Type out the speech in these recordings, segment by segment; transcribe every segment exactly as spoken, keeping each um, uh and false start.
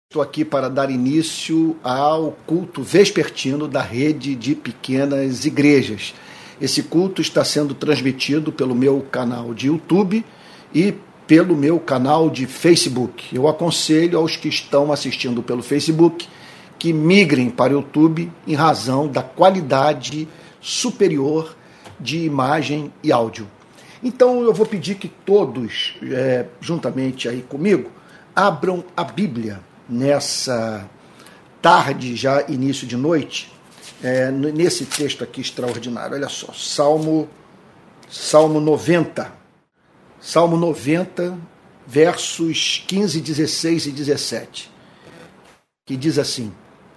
Estou aqui para dar início ao culto vespertino da rede de pequenas igrejas. Esse culto está sendo transmitido pelo meu canal de YouTube e pelo meu canal de Facebook. Eu aconselho aos que estão assistindo pelo Facebook que migrem para o YouTube em razão da qualidade superior de imagem e áudio. Então eu vou pedir que todos, é, juntamente aí comigo, abram a Bíblia nessa tarde, já início de noite, é, nesse texto aqui extraordinário. Olha só, Salmo, Salmo noventa, Salmo noventa, versos quinze, dezesseis e dezessete, que diz assim: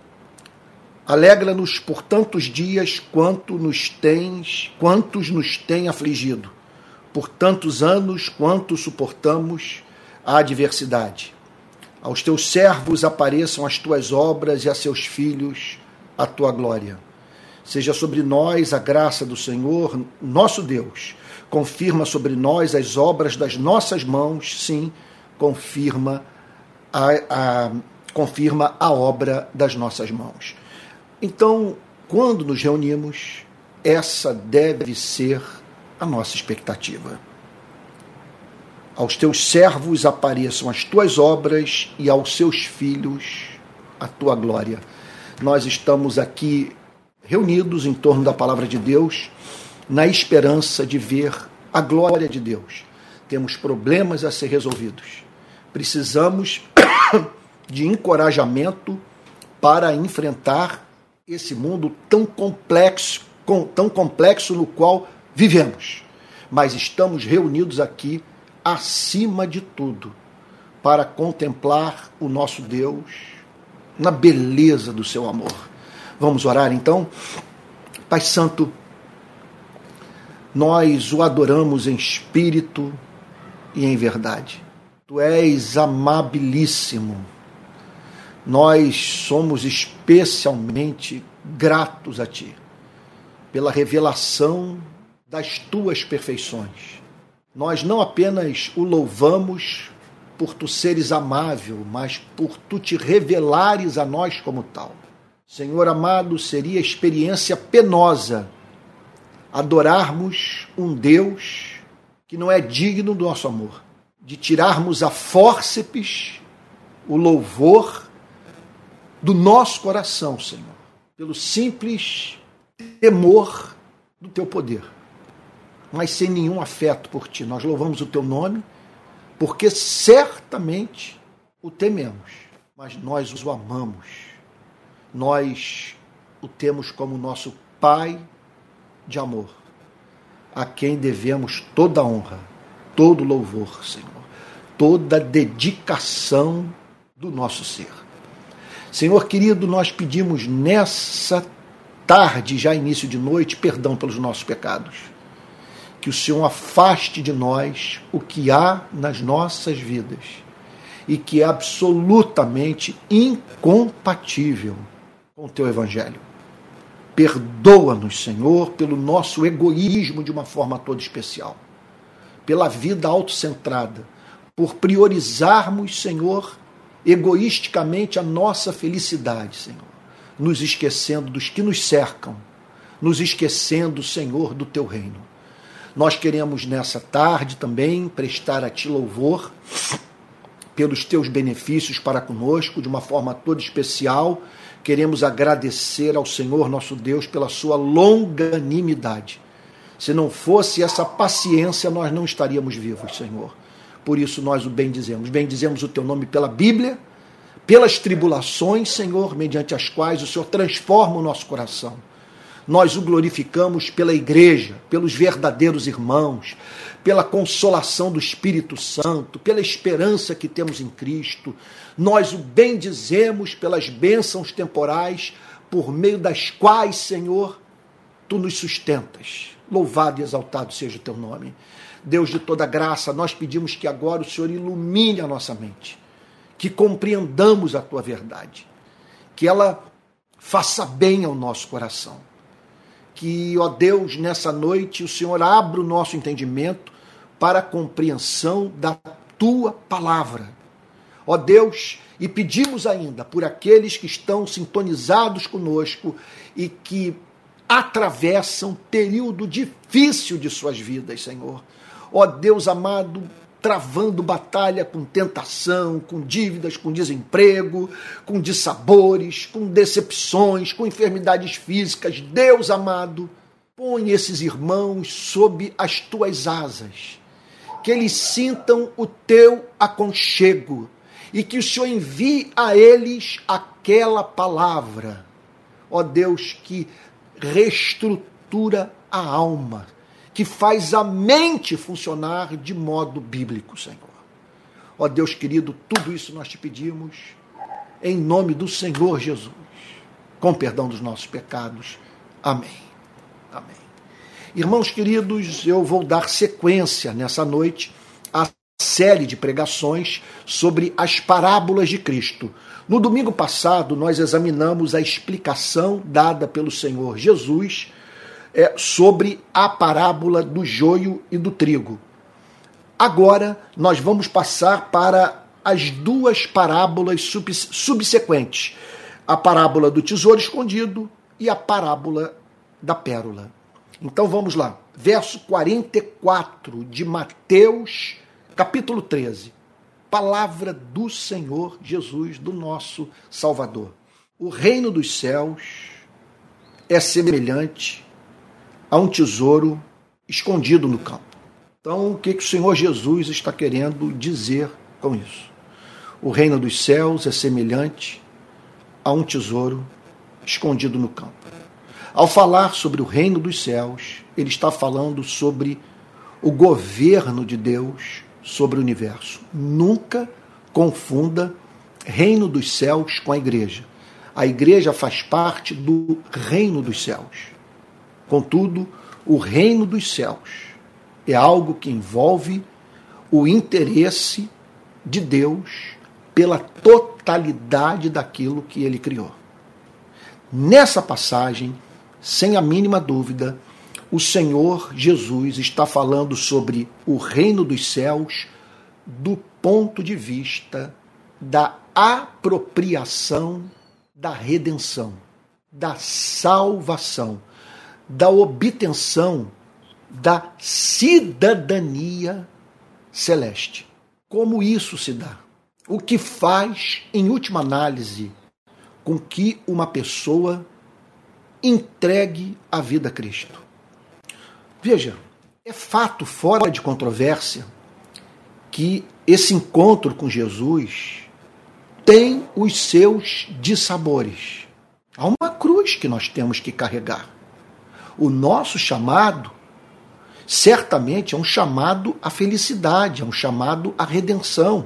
alegra-nos por tantos dias quanto nos tens, quantos nos têm afligido, por tantos anos quanto suportamos a adversidade. Aos teus servos apareçam as tuas obras e a seus filhos a tua glória. Seja sobre nós a graça do Senhor, nosso Deus. Confirma sobre nós as obras das nossas mãos, sim, confirma a, a, confirma a obra das nossas mãos. Então, quando nos reunimos, essa deve ser a nossa expectativa. Aos teus servos apareçam as tuas obras e aos seus filhos a tua glória. Nós estamos aqui reunidos em torno da palavra de Deus, na esperança de ver a glória de Deus. Temos problemas a ser resolvidos. Precisamos de encorajamento para enfrentar esse mundo tão complexo, tão complexo no qual vivemos. Mas estamos reunidos aqui acima de tudo, para contemplar o nosso Deus na beleza do seu amor. Vamos orar então? Pai Santo, nós o adoramos em espírito e em verdade. Tu és amabilíssimo. Nós somos especialmente gratos a Ti pela revelação das Tuas perfeições. Nós não apenas o louvamos por tu seres amável, mas por tu te revelares a nós como tal. Senhor amado, seria experiência penosa adorarmos um Deus que não é digno do nosso amor, de tirarmos a fórceps o louvor do nosso coração, Senhor, pelo simples temor do teu poder, mas sem nenhum afeto por ti. Nós louvamos o teu nome, porque certamente o tememos, mas nós o amamos. Nós o temos como nosso Pai de amor, a quem devemos toda a honra, todo louvor, Senhor, toda dedicação do nosso ser. Senhor querido, nós pedimos nessa tarde, já início de noite, perdão pelos nossos pecados. Que o Senhor afaste de nós o que há nas nossas vidas e que é absolutamente incompatível com o Teu Evangelho. Perdoa-nos, Senhor, pelo nosso egoísmo de uma forma toda especial, pela vida autocentrada, por priorizarmos, Senhor, egoisticamente a nossa felicidade, Senhor, nos esquecendo dos que nos cercam, nos esquecendo, Senhor, do Teu reino. Nós queremos nessa tarde também prestar a Ti louvor pelos Teus benefícios para conosco, de uma forma toda especial. Queremos agradecer ao Senhor nosso Deus pela Sua longanimidade. Se não fosse essa paciência, nós não estaríamos vivos, Senhor. Por isso nós o bendizemos. Bendizemos o Teu nome pela Bíblia, pelas tribulações, Senhor, mediante as quais o Senhor transforma o nosso coração. Nós o glorificamos pela igreja, pelos verdadeiros irmãos, pela consolação do Espírito Santo, pela esperança que temos em Cristo. Nós o bendizemos pelas bênçãos temporais, por meio das quais, Senhor, Tu nos sustentas. Louvado e exaltado seja o Teu nome. Deus de toda graça, nós pedimos que agora o Senhor ilumine a nossa mente, que compreendamos a Tua verdade, que ela faça bem ao nosso coração. Que, ó Deus, nessa noite o Senhor abra o nosso entendimento para a compreensão da Tua palavra. Ó Deus, e pedimos ainda por aqueles que estão sintonizados conosco e que atravessam período difícil de suas vidas, Senhor. Ó Deus amado, travando batalha com tentação, com dívidas, com desemprego, com dissabores, com decepções, com enfermidades físicas. Deus amado, põe esses irmãos sob as tuas asas, que eles sintam o teu aconchego e que o Senhor envie a eles aquela palavra, ó Deus, que reestrutura a alma, que faz a mente funcionar de modo bíblico, Senhor. Ó Deus querido, tudo isso nós te pedimos em nome do Senhor Jesus, com perdão dos nossos pecados. Amém. Amém. Irmãos queridos, eu vou dar sequência nessa noite à série de pregações sobre as parábolas de Cristo. No domingo passado, nós examinamos a explicação dada pelo Senhor Jesus é, sobre a parábola do joio e do trigo. Agora, nós vamos passar para as duas parábolas subsequentes, a parábola do tesouro escondido e a parábola da pérola. Então vamos lá, verso quarenta e quatro de Mateus, capítulo treze. Palavra do Senhor Jesus, do nosso Salvador. O reino dos céus é semelhante a um tesouro escondido no campo. Então, o que, que o Senhor Jesus está querendo dizer com isso? O reino dos céus é semelhante a um tesouro escondido no campo. Ao falar sobre o reino dos céus, ele está falando sobre o governo de Deus sobre o universo. Nunca confunda reino dos céus com a igreja. A igreja faz parte do reino dos céus. Contudo, o reino dos céus é algo que envolve o interesse de Deus pela totalidade daquilo que ele criou. Nessa passagem, sem a mínima dúvida, o Senhor Jesus está falando sobre o reino dos céus do ponto de vista da apropriação da redenção, da salvação, da obtenção da cidadania celeste. Como isso se dá? O que faz, em última análise, com que uma pessoa entregue a vida a Cristo? Veja, é fato fora de controvérsia que esse encontro com Jesus tem os seus dissabores. Há uma cruz que nós temos que carregar. O nosso chamado, certamente, é um chamado à felicidade, é um chamado à redenção,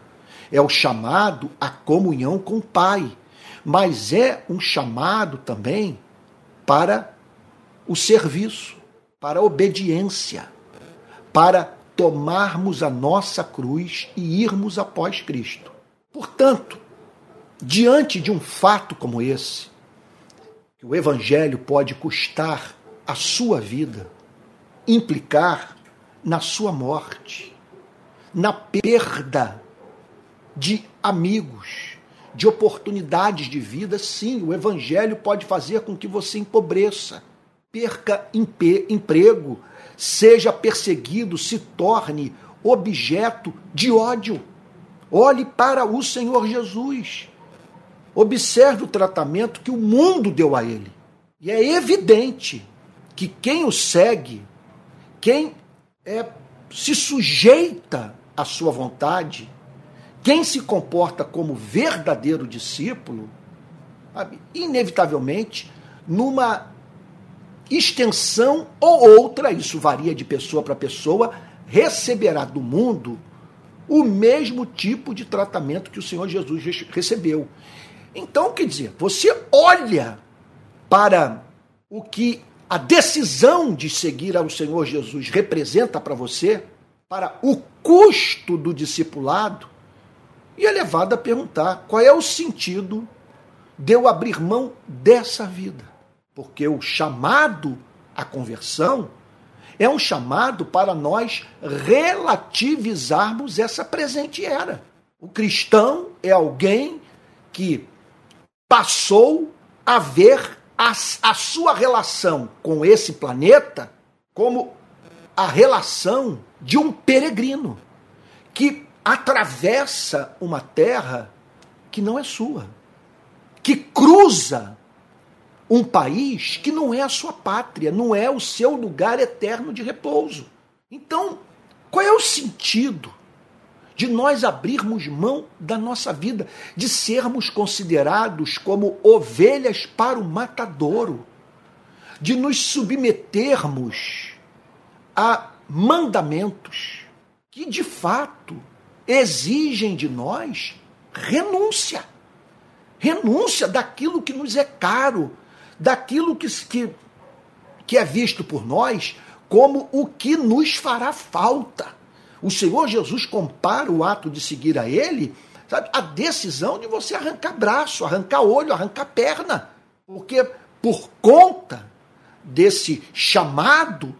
é o chamado à comunhão com o Pai, mas é um chamado também para o serviço, para a obediência, para tomarmos a nossa cruz e irmos após Cristo. Portanto, diante de um fato como esse, que o Evangelho pode custar a sua vida, implicar na sua morte, na perda de amigos, de oportunidades de vida, sim, o Evangelho pode fazer com que você empobreça, perca emprego, seja perseguido, se torne objeto de ódio. Olhe para o Senhor Jesus. Observe o tratamento que o mundo deu a ele. E é evidente que quem o segue, quem é, se sujeita à sua vontade, quem se comporta como verdadeiro discípulo, sabe, inevitavelmente, numa extensão ou outra, isso varia de pessoa para pessoa, receberá do mundo o mesmo tipo de tratamento que o Senhor Jesus recebeu. Então, quer dizer, você olha para o que a decisão de seguir ao Senhor Jesus representa para você, para o custo do discipulado, e é levado a perguntar qual é o sentido de eu abrir mão dessa vida. Porque o chamado à conversão é um chamado para nós relativizarmos essa presente era. O cristão é alguém que passou a ver a, a sua relação com esse planeta como a relação de um peregrino que atravessa uma terra que não é sua, que cruza um país que não é a sua pátria, não é o seu lugar eterno de repouso. Então, qual é o sentido de nós abrirmos mão da nossa vida, de sermos considerados como ovelhas para o matadouro, de nos submetermos a mandamentos que, de fato, exigem de nós renúncia. Renúncia daquilo que nos é caro, daquilo que, que, que é visto por nós como o que nos fará falta. O Senhor Jesus compara o ato de seguir a Ele, sabe, a decisão de você arrancar braço, arrancar olho, arrancar perna. Porque por conta desse chamado,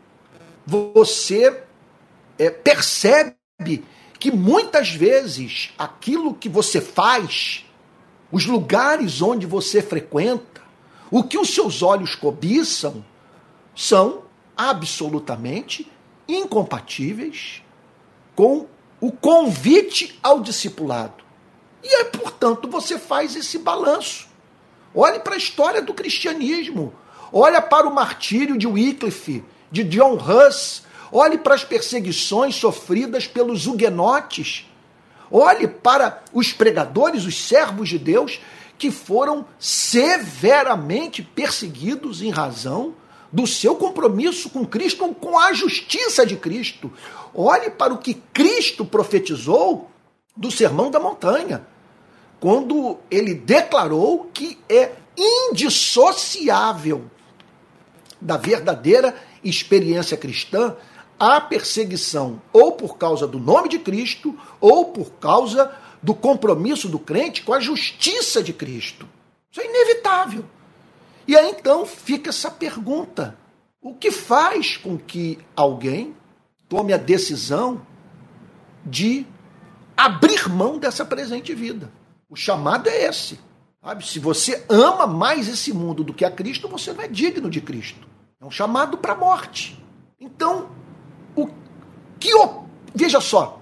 você é, percebe que muitas vezes aquilo que você faz, os lugares onde você frequenta, o que os seus olhos cobiçam, são absolutamente incompatíveis com o convite ao discipulado. E aí, portanto, você faz esse balanço. Olhe para a história do cristianismo. Olha para o martírio de Wycliffe, de John Huss. Olhe para as perseguições sofridas pelos huguenotes. Olhe para os pregadores, os servos de Deus, que foram severamente perseguidos em razão do seu compromisso com Cristo, ou com a justiça de Cristo. Olhe para o que Cristo profetizou do Sermão da Montanha, quando ele declarou que é indissociável da verdadeira experiência cristã a perseguição, ou por causa do nome de Cristo, ou por causa do compromisso do crente com a justiça de Cristo. Isso é inevitável. E aí então fica essa pergunta: o que faz com que alguém tome a decisão de abrir mão dessa presente vida? O chamado é esse. Sabe? Se você ama mais esse mundo do que a Cristo, você não é digno de Cristo. É um chamado para a morte. Então, o que o... veja só,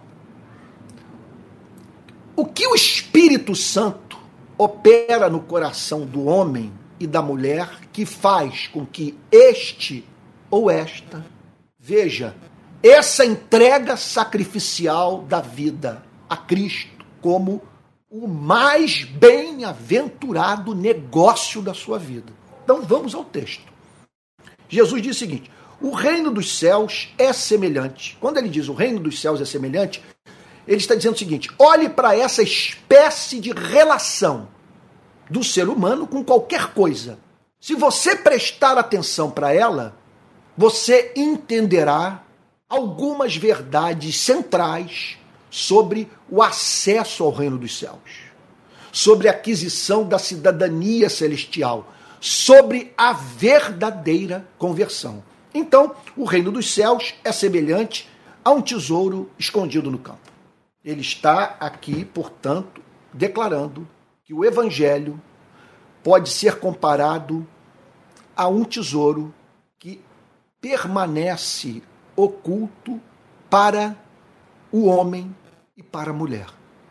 o que o Espírito Santo opera no coração do homem e da mulher que faz com que este ou esta, veja, essa entrega sacrificial da vida a Cristo como o mais bem-aventurado negócio da sua vida. Então vamos ao texto. Jesus diz o seguinte: o reino dos céus é semelhante. Quando ele diz o reino dos céus é semelhante, ele está dizendo o seguinte: olhe para essa espécie de relação do ser humano com qualquer coisa. Se você prestar atenção para ela, você entenderá algumas verdades centrais sobre o acesso ao reino dos céus, sobre a aquisição da cidadania celestial, sobre a verdadeira conversão. Então, o reino dos céus é semelhante a um tesouro escondido no campo. Ele está aqui, portanto, declarando que o evangelho pode ser comparado a um tesouro que permanece oculto para o homem e para a mulher.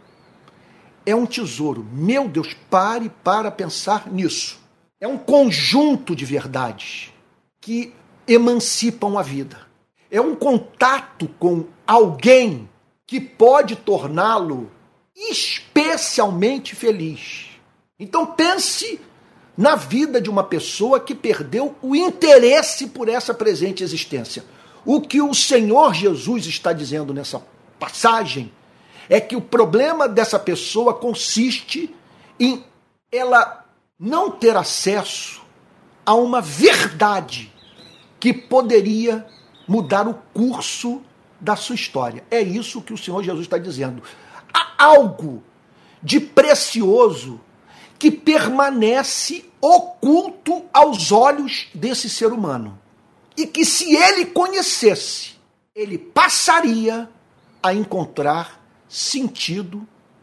É um tesouro. Meu Deus, pare para pensar nisso. É um conjunto de verdades que emancipam a vida. É um contato com alguém que pode torná-lo especialmente feliz. Então pense na vida de uma pessoa que perdeu o interesse por essa presente existência. O que o Senhor Jesus está dizendo nessa passagem é que o problema dessa pessoa consiste em ela não ter acesso a uma verdade que poderia mudar o curso da sua história. É isso que o Senhor Jesus está dizendo. Há algo de precioso que permanece oculto aos olhos desse ser humano. E que, se ele conhecesse, ele passaria a encontrar sentido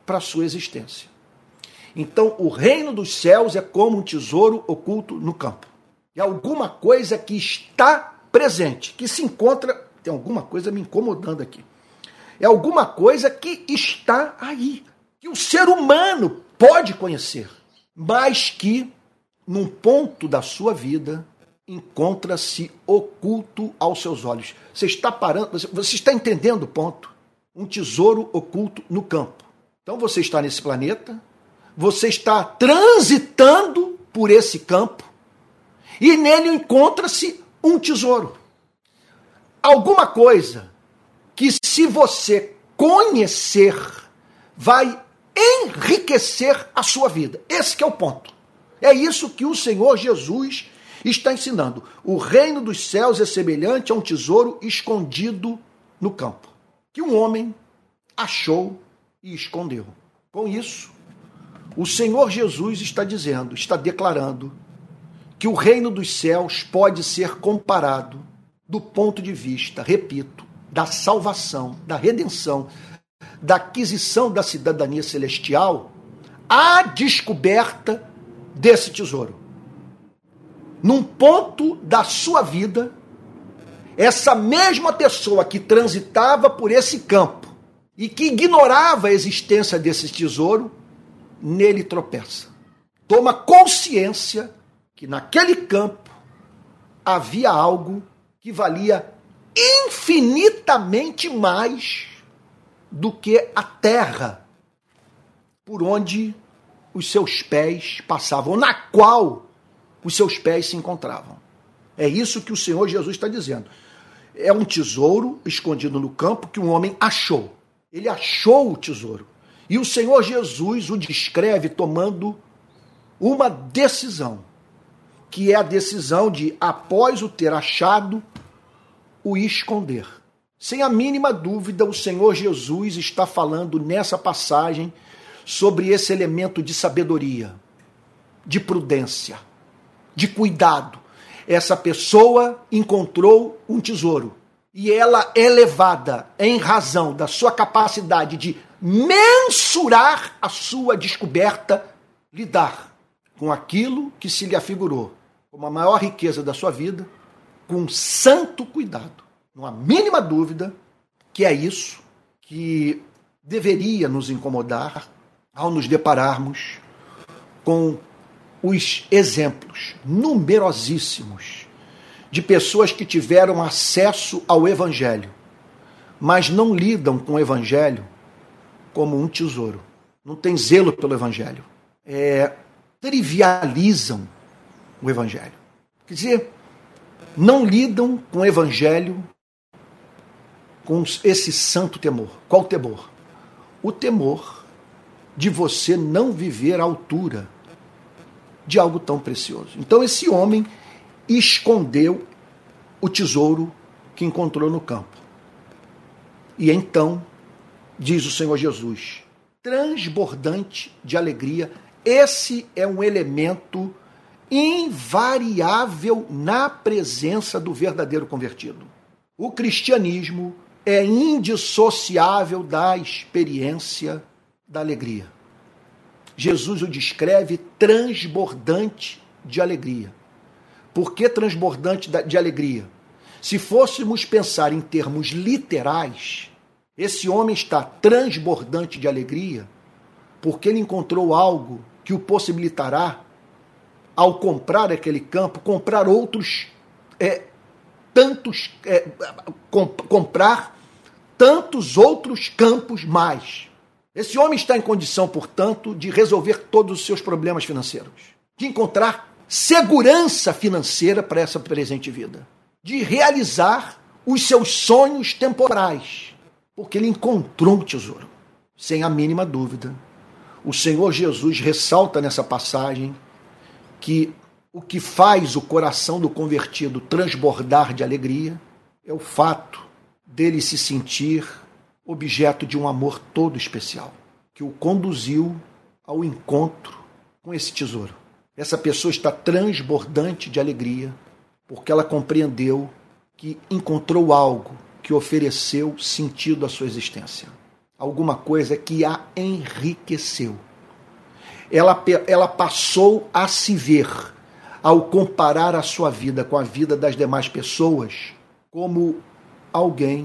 para a sua existência. Então, o reino dos céus é como um tesouro oculto no campo. É alguma coisa que está presente, que se encontra... Tem alguma coisa me incomodando aqui. É alguma coisa que está aí, que o ser humano pode conhecer, mas que, num ponto da sua vida, encontra-se oculto aos seus olhos. Você está parando, você está entendendo o ponto? Um tesouro oculto no campo. Então você está nesse planeta, você está transitando por esse campo e nele encontra-se um tesouro. Alguma coisa que, se você conhecer, vai enriquecer a sua vida. Esse que é o ponto. É isso que o Senhor Jesus está ensinando. O reino dos céus é semelhante a um tesouro escondido no campo, que um homem achou e escondeu. Com isso, o Senhor Jesus está dizendo, está declarando, que o reino dos céus pode ser comparado do ponto de vista, repito, da salvação, da redenção, da aquisição da cidadania celestial, à descoberta desse tesouro. Num ponto da sua vida, essa mesma pessoa que transitava por esse campo e que ignorava a existência desse tesouro, nele tropeça. Toma consciência que naquele campo havia algo que valia infinitamente mais do que a terra por onde os seus pés passavam, na qual os seus pés se encontravam. É isso que o Senhor Jesus está dizendo. É um tesouro escondido no campo que um homem achou. Ele achou o tesouro. E o Senhor Jesus o descreve tomando uma decisão, que é a decisão de, após o ter achado, o esconder. Sem a mínima dúvida, o Senhor Jesus está falando nessa passagem sobre esse elemento de sabedoria, de prudência, de cuidado. Essa pessoa encontrou um tesouro e ela é levada em razão da sua capacidade de mensurar a sua descoberta, lidar com aquilo que se lhe afigurou como a maior riqueza da sua vida, com santo cuidado. Não há mínima dúvida que é isso que deveria nos incomodar ao nos depararmos com os exemplos numerosíssimos de pessoas que tiveram acesso ao Evangelho, mas não lidam com o Evangelho como um tesouro. Não tem zelo pelo Evangelho. É, trivializam o Evangelho. Quer dizer, não lidam com o Evangelho com esse santo temor. Qual temor? O temor de você não viver à altura de algo tão precioso. Então esse homem escondeu o tesouro que encontrou no campo. E então, diz o Senhor Jesus, transbordante de alegria, esse é um elemento invariável na presença do verdadeiro convertido. O cristianismo é indissociável da experiência da alegria. Jesus o descreve transbordante de alegria. Por que transbordante de alegria? Se fôssemos pensar em termos literais, esse homem está transbordante de alegria porque ele encontrou algo que o possibilitará, ao comprar aquele campo, comprar outros, é, tantos, é, comp- comprar tantos outros campos mais. Esse homem está em condição, portanto, de resolver todos os seus problemas financeiros, de encontrar segurança financeira para essa presente vida, de realizar os seus sonhos temporais, porque ele encontrou um tesouro. Sem a mínima dúvida, o Senhor Jesus ressalta nessa passagem que o que faz o coração do convertido transbordar de alegria é o fato dele se sentir objeto de um amor todo especial, que o conduziu ao encontro com esse tesouro. Essa pessoa está transbordante de alegria porque ela compreendeu que encontrou algo que ofereceu sentido à sua existência. alguma coisa que a enriqueceu. Ela, ela passou a se ver, ao comparar a sua vida com a vida das demais pessoas, como alguém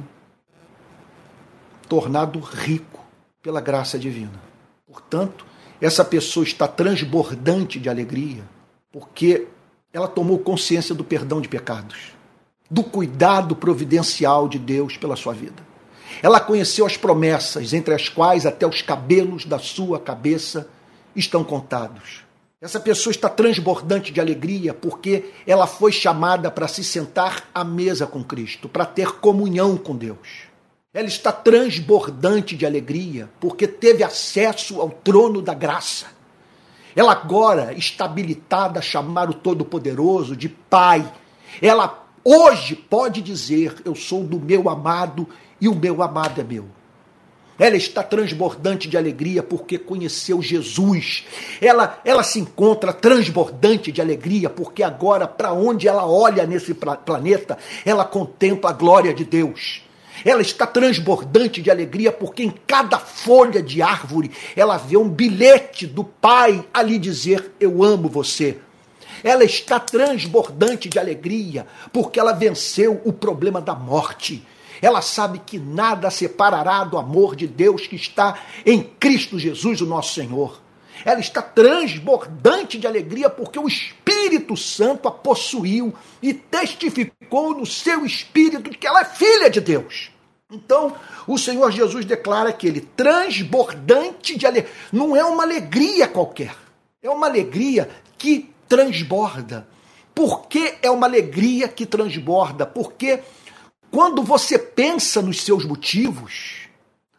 tornado rico pela graça divina. Portanto, essa pessoa está transbordante de alegria, porque ela tomou consciência do perdão de pecados, do cuidado providencial de Deus pela sua vida. Ela conheceu as promessas, entre as quais até os cabelos da sua cabeça estão contados. Essa pessoa está transbordante de alegria porque ela foi chamada para se sentar à mesa com Cristo, para ter comunhão com Deus. Ela está transbordante de alegria porque teve acesso ao trono da graça. Ela agora está habilitada a chamar o Todo-Poderoso de Pai. Ela hoje pode dizer: eu sou do meu amado e o meu amado é meu. Ela está transbordante de alegria porque conheceu Jesus. Ela, ela se encontra transbordante de alegria porque agora, para onde ela olha nesse planeta, ela contempla a glória de Deus. Ela está transbordante de alegria porque em cada folha de árvore ela vê um bilhete do Pai a lhe dizer: eu amo você. Ela está transbordante de alegria porque ela venceu o problema da morte. Ela sabe que nada a separará do amor de Deus que está em Cristo Jesus, o nosso Senhor. Ela está transbordante de alegria porque o Espírito Santo a possuiu e testificou no seu espírito de que ela é filha de Deus. Então, o Senhor Jesus declara que ele, transbordante de alegria, não é uma alegria qualquer, é uma alegria que transborda. Por que é uma alegria que transborda? Porque quando você pensa nos seus motivos,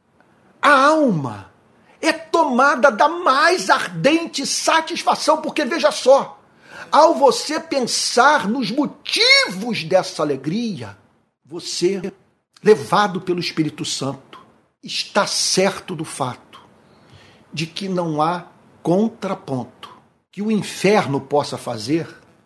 a alma é tomada da mais ardente satisfação, porque veja só, ao você pensar nos motivos dessa alegria, você, levado pelo Espírito Santo, está certo do fato de que não há contraponto que o inferno possa fazer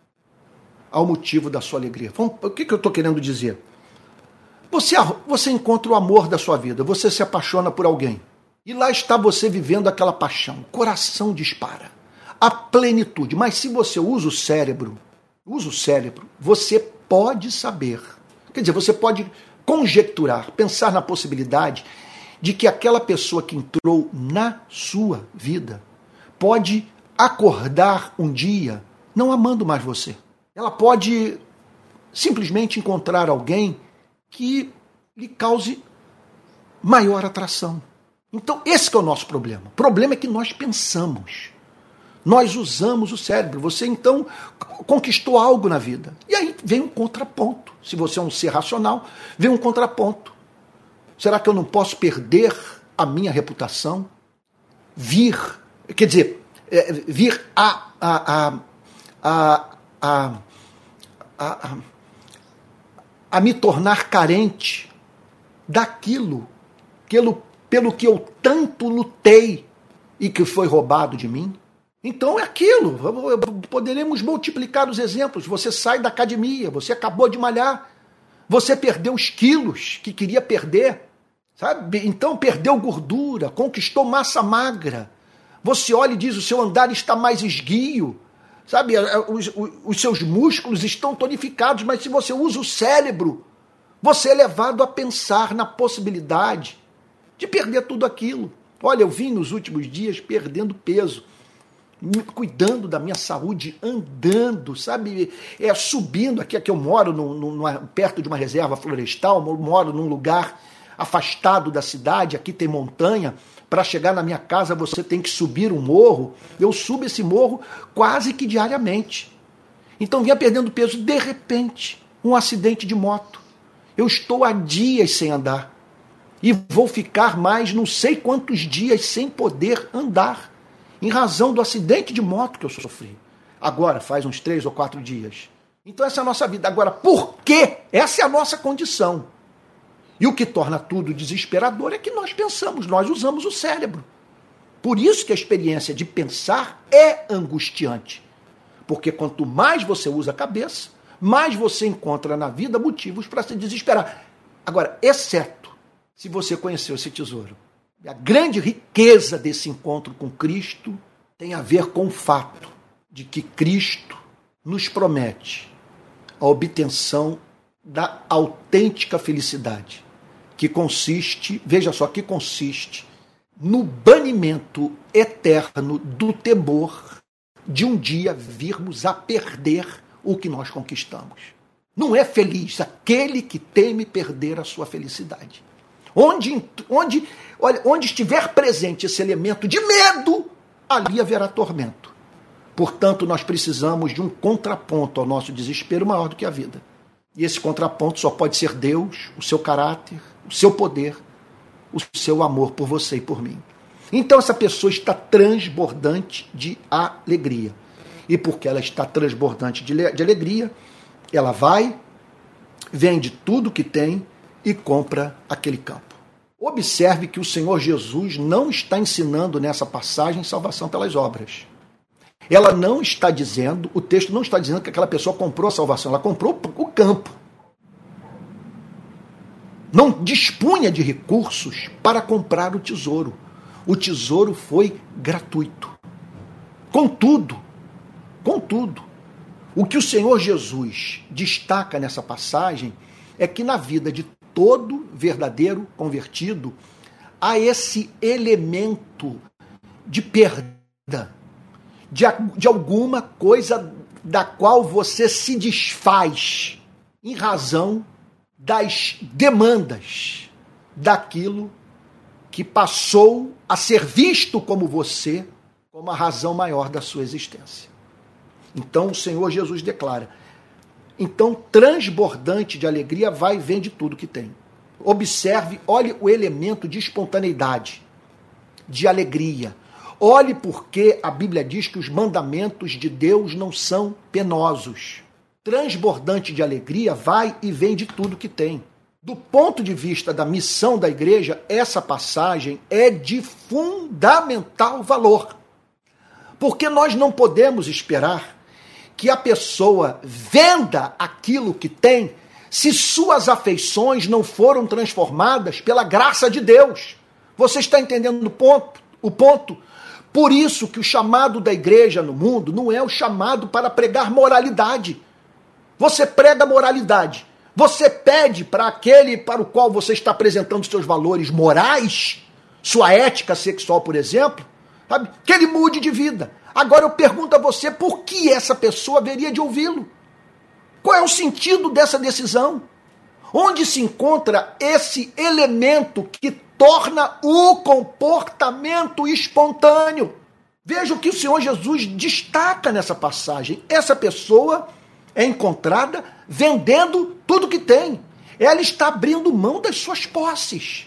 ao motivo da sua alegria. O que eu estou querendo dizer? Você, você encontra o amor da sua vida, você se apaixona por alguém. E lá está você vivendo aquela paixão. O coração dispara. A plenitude. Mas se você usa o cérebro, usa o cérebro, você pode saber. Quer dizer, você pode conjecturar, pensar na possibilidade de que aquela pessoa que entrou na sua vida pode acordar um dia não amando mais você. Ela pode simplesmente encontrar alguém que lhe cause maior atração. Então, esse que é o nosso problema. O problema é que nós pensamos. Nós usamos o cérebro. Você, então, conquistou algo na vida. E aí vem um contraponto. Se você é um ser racional, vem um contraponto. Será que eu não posso perder a minha reputação? Vir, quer dizer, é, vir a... a, a, a, a, a, a a me tornar carente daquilo pelo, pelo que eu tanto lutei e que foi roubado de mim. Então é aquilo, poderemos multiplicar os exemplos. Você sai da academia, você acabou de malhar, você perdeu os quilos que queria perder, sabe? Então perdeu gordura, conquistou massa magra. Você olha e diz: o seu andar está mais esguio. Sabe, os, os seus músculos estão tonificados, mas se você usa o cérebro, você é levado a pensar na possibilidade de perder tudo aquilo. Olha, eu vim nos últimos dias perdendo peso, cuidando da minha saúde, andando, sabe, é, subindo. Aqui, aqui eu moro no, no, perto de uma reserva florestal, eu moro num lugar afastado da cidade, aqui tem montanha. Para chegar na minha casa você tem que subir um morro. Eu subo esse morro quase que diariamente. Então vinha perdendo peso. De repente, um acidente de moto. Eu estou há dias sem andar. E vou ficar mais não sei quantos dias sem poder andar. Em razão do acidente de moto que eu sofri. Agora, faz uns três ou quatro dias. Então essa é a nossa vida. Agora, por quê? Essa é a nossa condição. E o que torna tudo desesperador é que nós pensamos, nós usamos o cérebro. Por isso que a experiência de pensar é angustiante. Porque quanto mais você usa a cabeça, mais você encontra na vida motivos para se desesperar. Agora, exceto se você conheceu esse tesouro. A grande riqueza desse encontro com Cristo tem a ver com o fato de que Cristo nos promete a obtenção da autêntica felicidade, que consiste, veja só, que consiste no banimento eterno do temor de um dia virmos a perder o que nós conquistamos. Não é feliz aquele que teme perder a sua felicidade. Onde, onde, olha, onde estiver presente esse elemento de medo, ali haverá tormento. Portanto, nós precisamos de um contraponto ao nosso desespero maior do que a vida. E esse contraponto só pode ser Deus, o seu caráter, o seu poder, o seu amor por você e por mim. Então essa pessoa está transbordante de alegria. E porque ela está transbordante de, de alegria, ela vai, vende tudo que tem e compra aquele campo. Observe que o Senhor Jesus não está ensinando nessa passagem salvação pelas obras. Ela não está dizendo, o texto não está dizendo que aquela pessoa comprou a salvação, ela comprou o campo. Não dispunha de recursos para comprar o tesouro. O tesouro foi gratuito. Contudo, contudo, o que o Senhor Jesus destaca nessa passagem é que na vida de todo verdadeiro convertido há esse elemento de perda, de, de alguma coisa da qual você se desfaz em razão das demandas daquilo que passou a ser visto como você, como a razão maior da sua existência. Então o Senhor Jesus declara, então transbordante de alegria vai e vende tudo que tem. Observe, olhe o elemento de espontaneidade, de alegria. Olhe porque a Bíblia diz que os mandamentos de Deus não são penosos. Transbordante de alegria vai e vende tudo que tem. Do ponto de vista da missão da igreja, essa passagem é de fundamental valor. Porque nós não podemos esperar que a pessoa venda aquilo que tem se suas afeições não foram transformadas pela graça de Deus. Você está entendendo o ponto? O ponto? Por isso que o chamado da igreja no mundo não é o chamado para pregar moralidade. Você prega moralidade. Você pede para aquele para o qual você está apresentando seus valores morais, sua ética sexual, por exemplo, sabe, que ele mude de vida. Agora eu pergunto a você, por que essa pessoa haveria de ouvi-lo? Qual é o sentido dessa decisão? Onde se encontra esse elemento que torna o comportamento espontâneo? Veja o que o Senhor Jesus destaca nessa passagem. Essa pessoa é encontrada vendendo tudo que tem. Ela está abrindo mão das suas posses,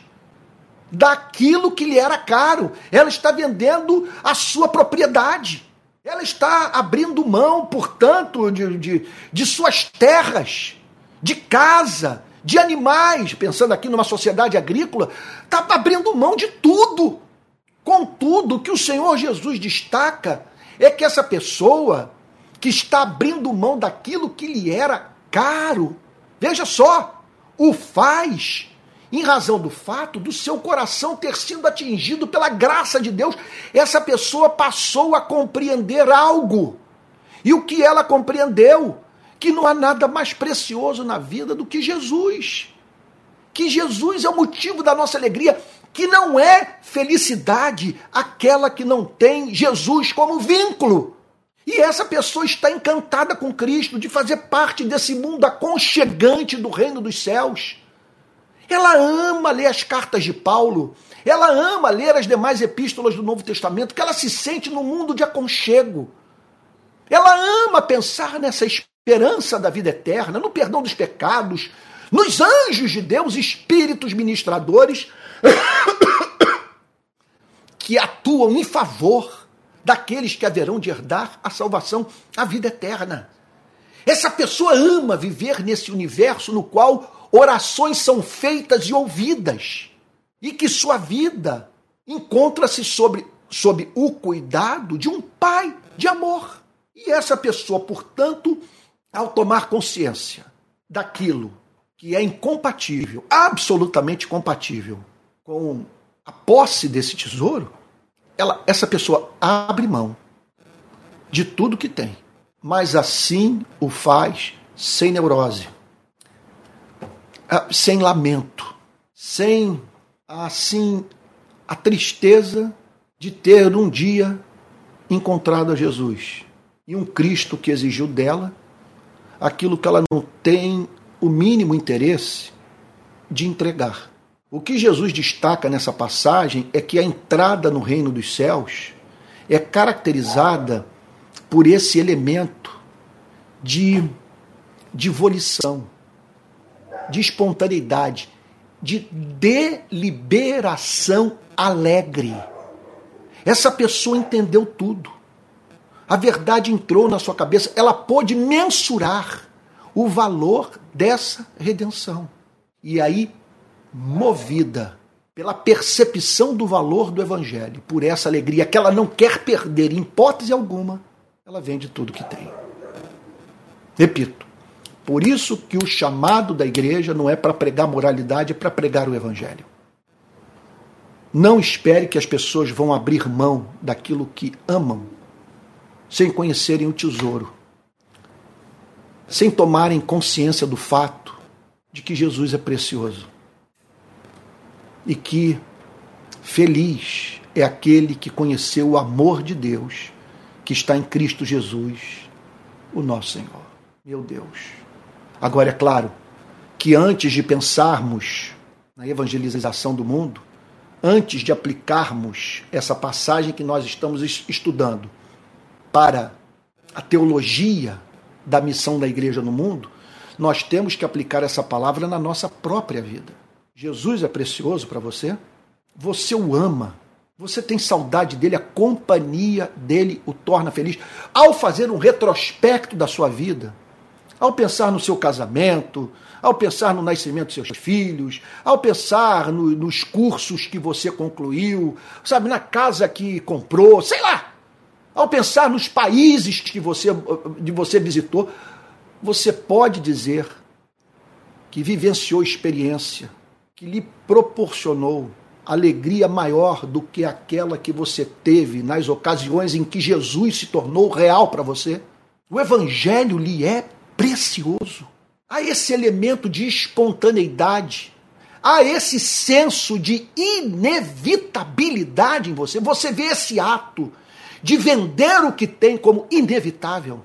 daquilo que lhe era caro. Ela está vendendo a sua propriedade. Ela está abrindo mão, portanto, de, de, de suas terras, de casa, de animais, pensando aqui numa sociedade agrícola, está abrindo mão de tudo. Contudo, o que o Senhor Jesus destaca é que essa pessoa que está abrindo mão daquilo que lhe era caro, veja só, o faz em razão do fato do seu coração ter sido atingido pela graça de Deus. Essa pessoa passou a compreender algo. E o que ela compreendeu? Que não há nada mais precioso na vida do que Jesus. Que Jesus é o motivo da nossa alegria, que não é felicidade aquela que não tem Jesus como vínculo. E essa pessoa está encantada com Cristo, de fazer parte desse mundo aconchegante do reino dos céus. Ela ama ler as cartas de Paulo, ela ama ler as demais epístolas do Novo Testamento, que ela se sente num mundo de aconchego. Ela ama pensar nessa esperança da vida eterna, no perdão dos pecados, nos anjos de Deus, espíritos ministradores, que atuam em favor daqueles que haverão de herdar a salvação, a vida eterna. Essa pessoa ama viver nesse universo no qual orações são feitas e ouvidas, e que sua vida encontra-se sobre, sob o cuidado de um pai de amor. E essa pessoa, portanto, ao tomar consciência daquilo que é incompatível, absolutamente compatível com a posse desse tesouro, ela, essa pessoa abre mão de tudo que tem, mas assim o faz sem neurose, sem lamento, sem assim a tristeza de ter um dia encontrado a Jesus e um Cristo que exigiu dela aquilo que ela não tem o mínimo interesse de entregar. O que Jesus destaca nessa passagem é que a entrada no reino dos céus é caracterizada por esse elemento de, de volição, de espontaneidade, de deliberação alegre. Essa pessoa entendeu tudo. A verdade entrou na sua cabeça, ela pôde mensurar o valor dessa redenção. E aí, movida pela percepção do valor do Evangelho, por essa alegria que ela não quer perder em hipótese alguma, ela vende tudo que tem. Repito, por isso que o chamado da igreja não é para pregar moralidade, é para pregar o Evangelho. Não espere que as pessoas vão abrir mão daquilo que amam, sem conhecerem o tesouro, sem tomarem consciência do fato de que Jesus é precioso e que feliz é aquele que conheceu o amor de Deus que está em Cristo Jesus, o nosso Senhor. Meu Deus. Agora, é claro que antes de pensarmos na evangelização do mundo, antes de aplicarmos essa passagem que nós estamos estudando para a teologia da missão da igreja no mundo, nós temos que aplicar essa palavra na nossa própria vida. Jesus é precioso para você? Você o ama? Você tem saudade dele? A companhia dele o torna feliz? Ao fazer um retrospecto da sua vida, ao pensar no seu casamento, ao pensar no nascimento dos seus filhos, ao pensar no, nos cursos que você concluiu, sabe, na casa que comprou, sei lá, ao pensar nos países que você, de você visitou, você pode dizer que vivenciou experiência que lhe proporcionou alegria maior do que aquela que você teve nas ocasiões em que Jesus se tornou real para você? O Evangelho lhe é precioso. Há esse elemento de espontaneidade, há esse senso de inevitabilidade em você. Você vê esse ato de vender o que tem como inevitável.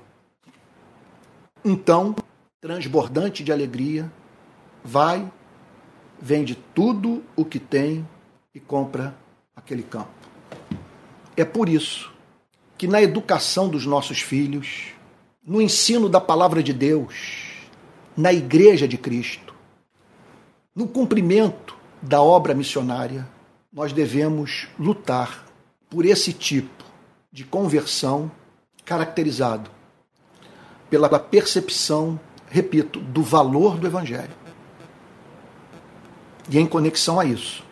Então, transbordante de alegria, vai, vende tudo o que tem e compra aquele campo. É por isso que na educação dos nossos filhos, no ensino da palavra de Deus, na Igreja de Cristo, no cumprimento da obra missionária, nós devemos lutar por esse tipo de conversão caracterizado pela percepção, repito, do valor do Evangelho. E em conexão a isso,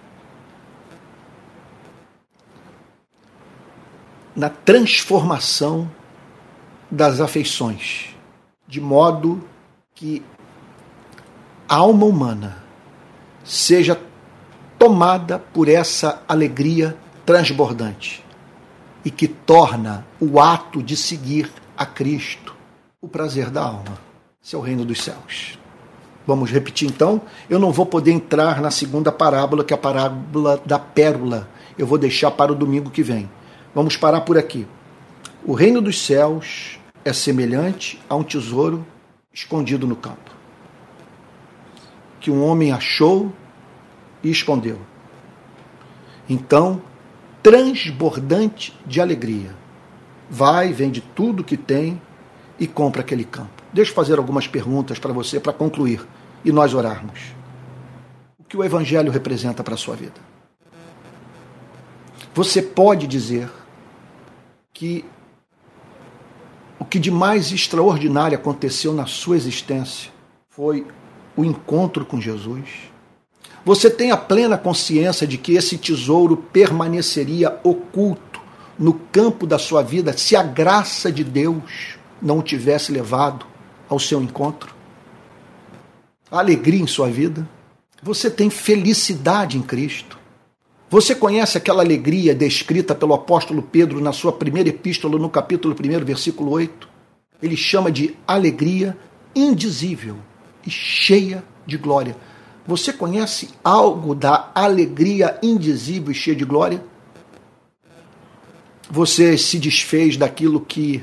na transformação das afeições, de modo que a alma humana seja tomada por essa alegria transbordante e que torna o ato de seguir a Cristo o prazer da alma. Esse é o reino dos céus. Vamos repetir então. Eu não vou poder entrar na segunda parábola, que é a parábola da pérola. Eu vou deixar para o domingo que vem. Vamos parar por aqui. O reino dos céus é semelhante a um tesouro escondido no campo, que um homem achou e escondeu. Então, transbordante de alegria, vai, vende tudo que tem e compra aquele campo. Deixa eu fazer algumas perguntas para você, para concluir, e nós orarmos. O que o Evangelho representa para a sua vida? Você pode dizer que o que de mais extraordinário aconteceu na sua existência foi o encontro com Jesus? Você tem a plena consciência de que esse tesouro permaneceria oculto no campo da sua vida se a graça de Deus não o tivesse levado ao seu encontro? Há alegria em sua vida? Você tem felicidade em Cristo? Você conhece aquela alegria descrita pelo apóstolo Pedro na sua primeira epístola, no capítulo um, versículo oito? Ele chama de alegria indizível e cheia de glória. Você conhece algo da alegria indizível e cheia de glória? Você se desfez daquilo que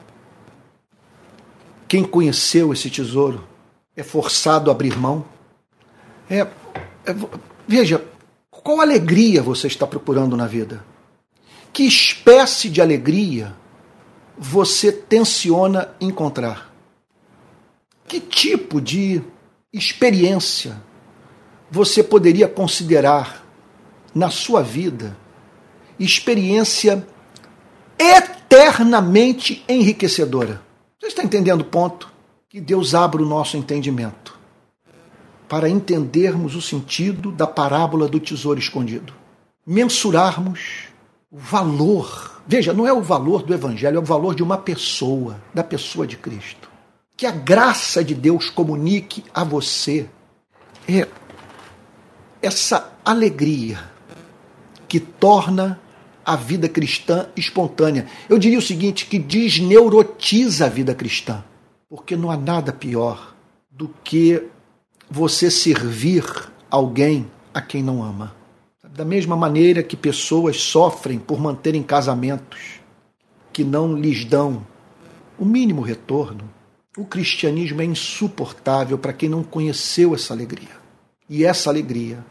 quem conheceu esse tesouro é forçado a abrir mão? É, é, veja, qual alegria você está procurando na vida? Que espécie de alegria você tenciona encontrar? Que tipo de experiência você poderia considerar na sua vida experiência eternamente enriquecedora? Você está entendendo o ponto? Que Deus abra o nosso entendimento para entendermos o sentido da parábola do tesouro escondido. Mensurarmos o valor. Veja, não é o valor do Evangelho, é o valor de uma pessoa, da pessoa de Cristo. Que a graça de Deus comunique a você é essa alegria que torna a vida cristã espontânea. Eu diria o seguinte, que desneurotiza a vida cristã, porque não há nada pior do que você servir alguém a quem não ama. Da mesma maneira que pessoas sofrem por manterem casamentos que não lhes dão o mínimo retorno, o cristianismo é insuportável para quem não conheceu essa alegria. E essa alegria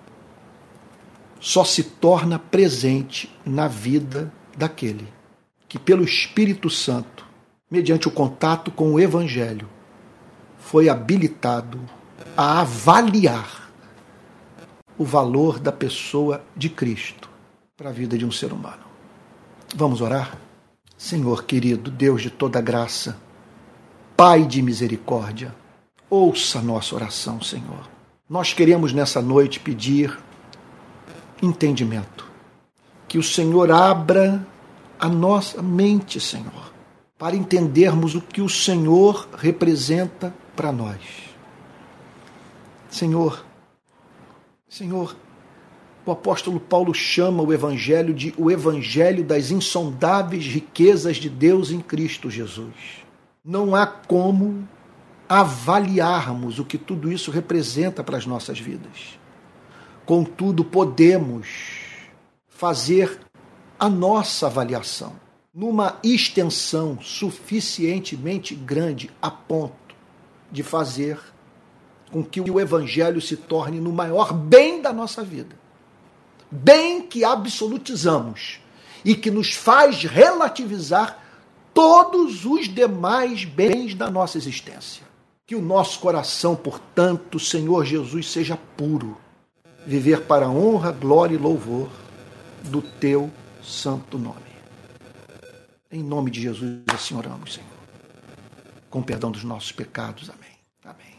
só se torna presente na vida daquele que, pelo Espírito Santo, mediante o contato com o Evangelho, foi habilitado a avaliar o valor da pessoa de Cristo para a vida de um ser humano. Vamos orar? Senhor querido, Deus de toda graça, Pai de misericórdia, ouça a nossa oração, Senhor. Nós queremos nessa noite pedir entendimento. Que o Senhor abra a nossa mente, Senhor, para entendermos o que o Senhor representa para nós. Senhor, Senhor, o apóstolo Paulo chama o Evangelho de o Evangelho das insondáveis riquezas de Deus em Cristo Jesus. Não há como avaliarmos o que tudo isso representa para as nossas vidas. Contudo, podemos fazer a nossa avaliação numa extensão suficientemente grande a ponto de fazer com que o Evangelho se torne no maior bem da nossa vida. Bem que absolutizamos e que nos faz relativizar todos os demais bens da nossa existência. Que o nosso coração, portanto, Senhor Jesus, seja puro. Viver para a honra, glória e louvor do Teu santo nome. Em nome de Jesus, assim oramos, Senhor. Com perdão dos nossos pecados. Amém. Amém.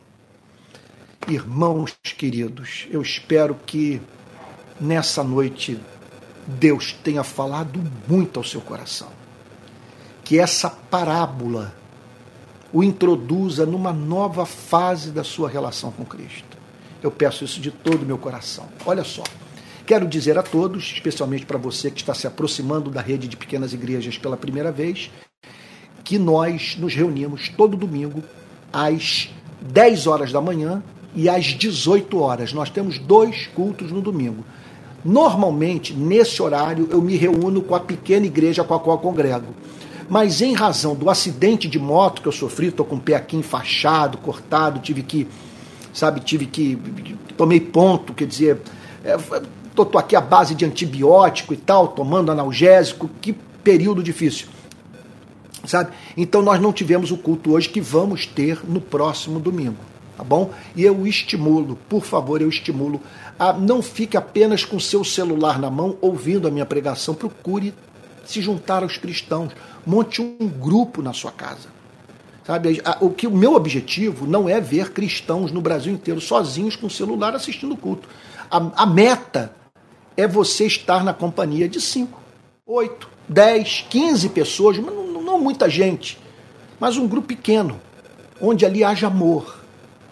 Irmãos queridos, eu espero que nessa noite Deus tenha falado muito ao seu coração. Que essa parábola o introduza numa nova fase da sua relação com Cristo. Eu peço isso de todo o meu coração. Olha só, quero dizer a todos, especialmente para você que está se aproximando da rede de pequenas igrejas pela primeira vez, que nós nos reunimos todo domingo às dez horas da manhã e às dezoito horas. Nós temos dois cultos no domingo. Normalmente, nesse horário, eu me reúno com a pequena igreja com a qual eu congrego. Mas em razão do acidente de moto que eu sofri, estou com o pé aqui enfaixado, cortado, tive que, sabe, tive que, tomei ponto, quer dizer, estou é, aqui à base de antibiótico e tal, tomando analgésico, que período difícil, sabe? Então nós não tivemos o culto hoje que vamos ter no próximo domingo, tá bom? E eu estimulo, por favor, eu estimulo, a não fique apenas com seu celular na mão ouvindo a minha pregação, procure se juntar aos cristãos, monte um grupo na sua casa. Sabe? O, que, o meu objetivo não é ver cristãos no Brasil inteiro sozinhos com o celular assistindo o culto. A, a meta é você estar na companhia de cinco, oito, dez, quinze pessoas, não, não muita gente, mas um grupo pequeno, onde ali haja amor,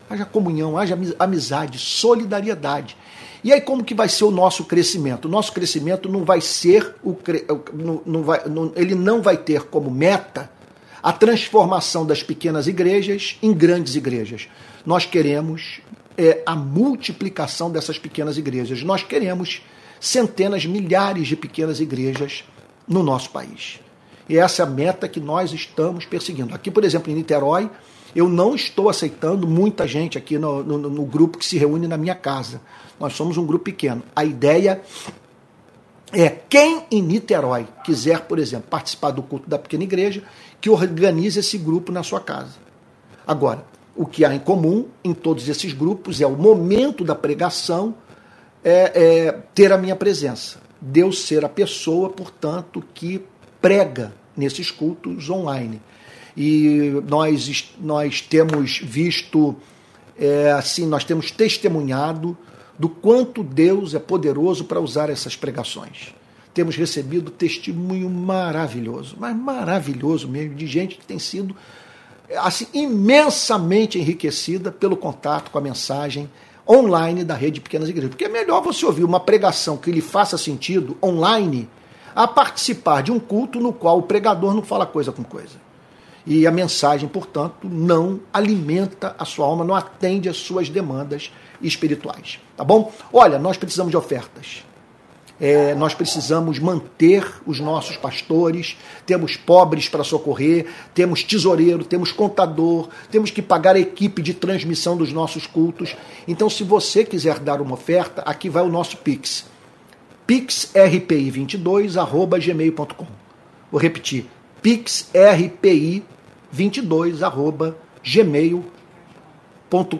haja comunhão, haja amizade, solidariedade. E aí como que vai ser o nosso crescimento? O nosso crescimento não vai ser, o, não, não vai, não, ele não vai ter como meta a transformação das pequenas igrejas em grandes igrejas. Nós queremos é, a multiplicação dessas pequenas igrejas. Nós queremos centenas, milhares de pequenas igrejas no nosso país. E essa é a meta que nós estamos perseguindo. Aqui, por exemplo, em Niterói, eu não estou aceitando muita gente aqui no, no, no grupo que se reúne na minha casa. Nós somos um grupo pequeno. A ideia é quem em Niterói quiser, por exemplo, participar do culto da pequena igreja, que organize esse grupo na sua casa. Agora, o que há em comum em todos esses grupos é o momento da pregação é, é, ter a minha presença. Deus ser a pessoa, portanto, que prega nesses cultos online. E nós, nós temos visto, é, assim, nós temos testemunhado do quanto Deus é poderoso para usar essas pregações. Temos recebido testemunho maravilhoso, mas maravilhoso mesmo, de gente que tem sido assim, imensamente enriquecida pelo contato com a mensagem online da Rede Pequenas Igrejas. Porque é melhor você ouvir uma pregação que lhe faça sentido online a participar de um culto no qual o pregador não fala coisa com coisa. E a mensagem, portanto, não alimenta a sua alma, não atende às suas demandas espirituais. Tá bom? Olha, nós precisamos de ofertas. É, nós precisamos manter os nossos pastores, temos pobres para socorrer, temos tesoureiro, temos contador, temos que pagar a equipe de transmissão dos nossos cultos. Então, se você quiser dar uma oferta, aqui vai o nosso Pix. pix r p i vinte e dois arroba gmail ponto com. Vou repetir. pix r p i vinte e dois arroba gmail ponto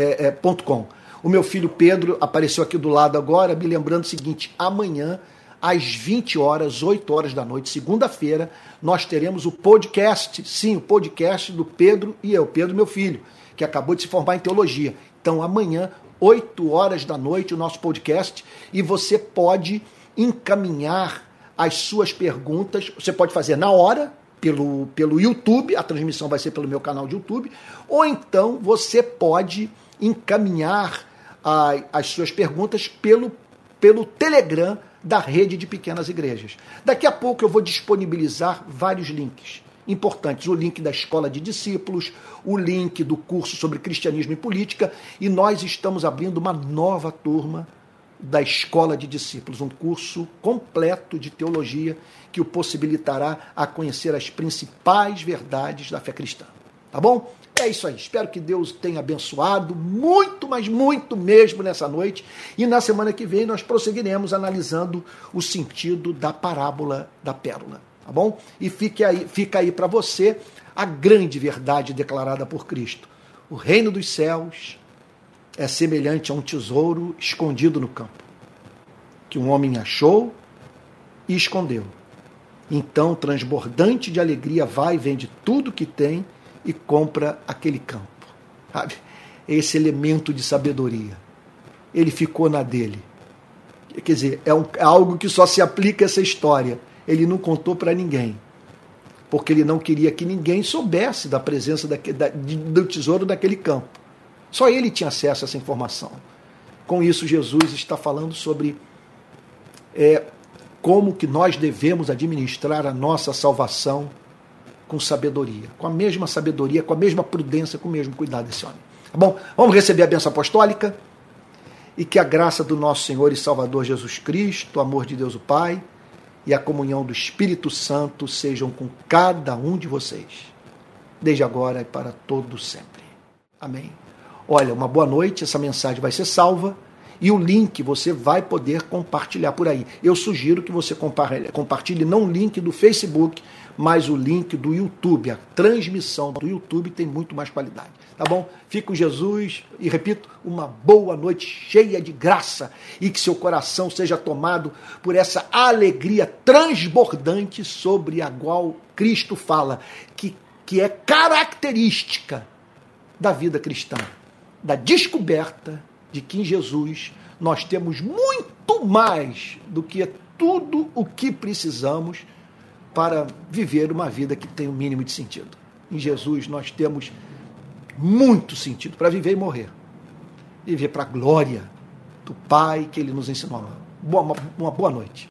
com. O meu filho Pedro apareceu aqui do lado agora, me lembrando o seguinte: amanhã, às vinte horas, oito horas da noite, segunda-feira, nós teremos o podcast, sim, o podcast do Pedro e eu, Pedro, meu filho, que acabou de se formar em teologia. Então, amanhã, oito horas da noite, o nosso podcast, e você pode encaminhar as suas perguntas, você pode fazer na hora, pelo, pelo YouTube, a transmissão vai ser pelo meu canal de YouTube, ou então você pode encaminhar a, as suas perguntas pelo, pelo Telegram da Rede de Pequenas Igrejas. Daqui a pouco eu vou disponibilizar vários links importantes, o link da Escola de Discípulos, o link do curso sobre Cristianismo e Política, e nós estamos abrindo uma nova turma da Escola de Discípulos, um curso completo de teologia que o possibilitará a conhecer as principais verdades da fé cristã. Tá bom? É isso aí. Espero que Deus tenha abençoado muito, mas muito mesmo nessa noite. E na semana que vem nós prosseguiremos analisando o sentido da parábola da pérola. Tá bom? E fique aí, fica aí para você a grande verdade declarada por Cristo. O reino dos céus é semelhante a um tesouro escondido no campo, que um homem achou e escondeu. Então, transbordante de alegria, vai, vende tudo que tem e compra aquele campo. Sabe? Esse elemento de sabedoria. Ele ficou na dele. Quer dizer, é, um, é algo que só se aplica a essa história. Ele não contou para ninguém, porque ele não queria que ninguém soubesse da presença daquele, da, do tesouro daquele campo. Só ele tinha acesso a essa informação. Com isso, Jesus está falando sobre é, como que nós devemos administrar a nossa salvação com sabedoria, com a mesma sabedoria, com a mesma prudência, com o mesmo cuidado desse homem. Tá bom? Vamos receber a bênção apostólica e que a graça do nosso Senhor e Salvador Jesus Cristo, o amor de Deus o Pai e a comunhão do Espírito Santo sejam com cada um de vocês, desde agora e para todo sempre. Amém. Olha, uma boa noite, essa mensagem vai ser salva e o link você vai poder compartilhar por aí. Eu sugiro que você compartilhe não o link do Facebook, mas o link do YouTube. A transmissão do YouTube tem muito mais qualidade. Tá bom? Fique com Jesus e, repito, uma boa noite cheia de graça e que seu coração seja tomado por essa alegria transbordante sobre a qual Cristo fala, que, que é característica da vida cristã, da descoberta de que em Jesus nós temos muito mais do que tudo o que precisamos para viver uma vida que tem o mínimo de sentido. Em Jesus nós temos muito sentido para viver e morrer. Viver para a glória do Pai que Ele nos ensinou a amar. Boa, uma boa noite.